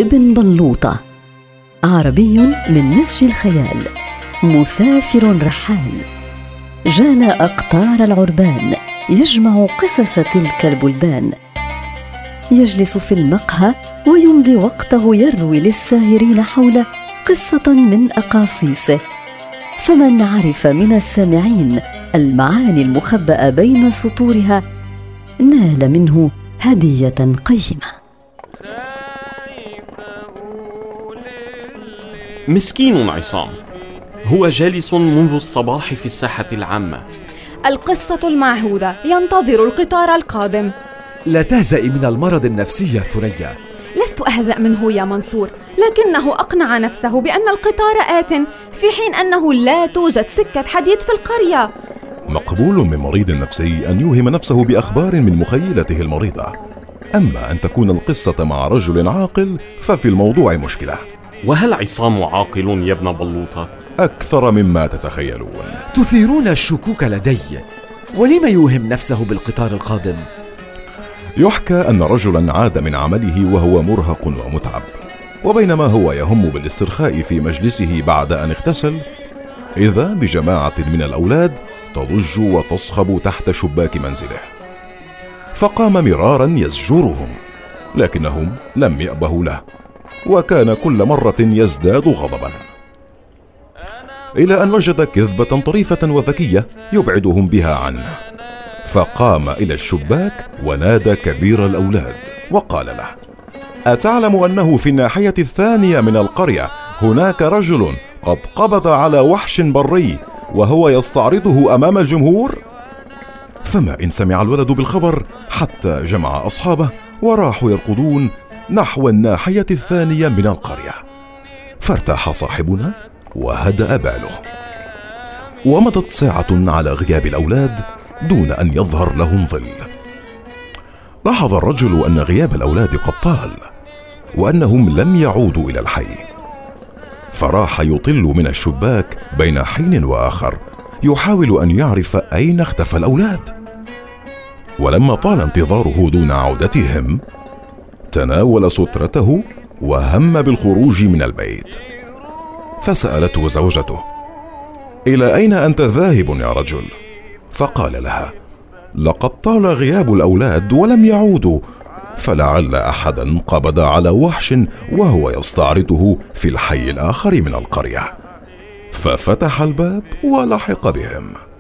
ابن بلوطة، عربي من نسج الخيال، مسافر رحال، جال أقطار العربان يجمع قصص تلك البلدان، يجلس في المقهى ويمضي وقته يروي للساهرين حوله قصة من أقاصيصه، فمن عرف من السامعين المعاني المخبأة بين سطورها نال منه هدية قيمة. مسكين عصام، هو جالس منذ الصباح في الساحة العامة. القصة المعهودة، ينتظر القطار القادم. لا تهزئي من المرض النفسي يا ثريا. لست أهزأ منه يا منصور، لكنه أقنع نفسه بأن القطار آت في حين أنه لا توجد سكة حديد في القرية. مقبول من مريض نفسي أن يوهم نفسه بأخبار من مخيلته المريضة، أما أن تكون القصة مع رجل عاقل ففي الموضوع مشكلة. وهل عصام عاقل يا ابن بلوطة؟ أكثر مما تتخيلون. تثيرون الشكوك لدي، ولم يوهم نفسه بالقطار القادم؟ يحكى أن رجلا عاد من عمله وهو مرهق ومتعب، وبينما هو يهم بالاسترخاء في مجلسه بعد أن اغتسل، إذا بجماعة من الأولاد تضج وتصخب تحت شباك منزله، فقام مرارا يزجرهم، لكنهم لم يأبهوا له، وكان كل مرة يزداد غضبا، إلى أن وجد كذبة طريفة وذكية يبعدهم بها عنه، فقام إلى الشباك ونادى كبير الأولاد وقال له: أتعلم أنه في الناحية الثانية من القرية هناك رجل قد قبض على وحش بري وهو يستعرضه أمام الجمهور؟ فما إن سمع الولد بالخبر حتى جمع أصحابه وراحوا يركضون نحو الناحية الثانية من القرية، فارتاح صاحبنا وهدأ باله. ومضت ساعة على غياب الأولاد دون أن يظهر لهم ظل. لاحظ الرجل أن غياب الأولاد قد طال وأنهم لم يعودوا إلى الحي، فراح يطل من الشباك بين حين وآخر يحاول أن يعرف أين اختفى الأولاد. ولما طال انتظاره دون عودتهم تناول سترته وهم بالخروج من البيت، فسألته زوجته: إلى أين أنت ذاهب يا رجل؟ فقال لها: لقد طال غياب الأولاد ولم يعودوا، فلعل أحدا قبض على وحش وهو يستعرضه في الحي الآخر من القرية. ففتح الباب ولحق بهم.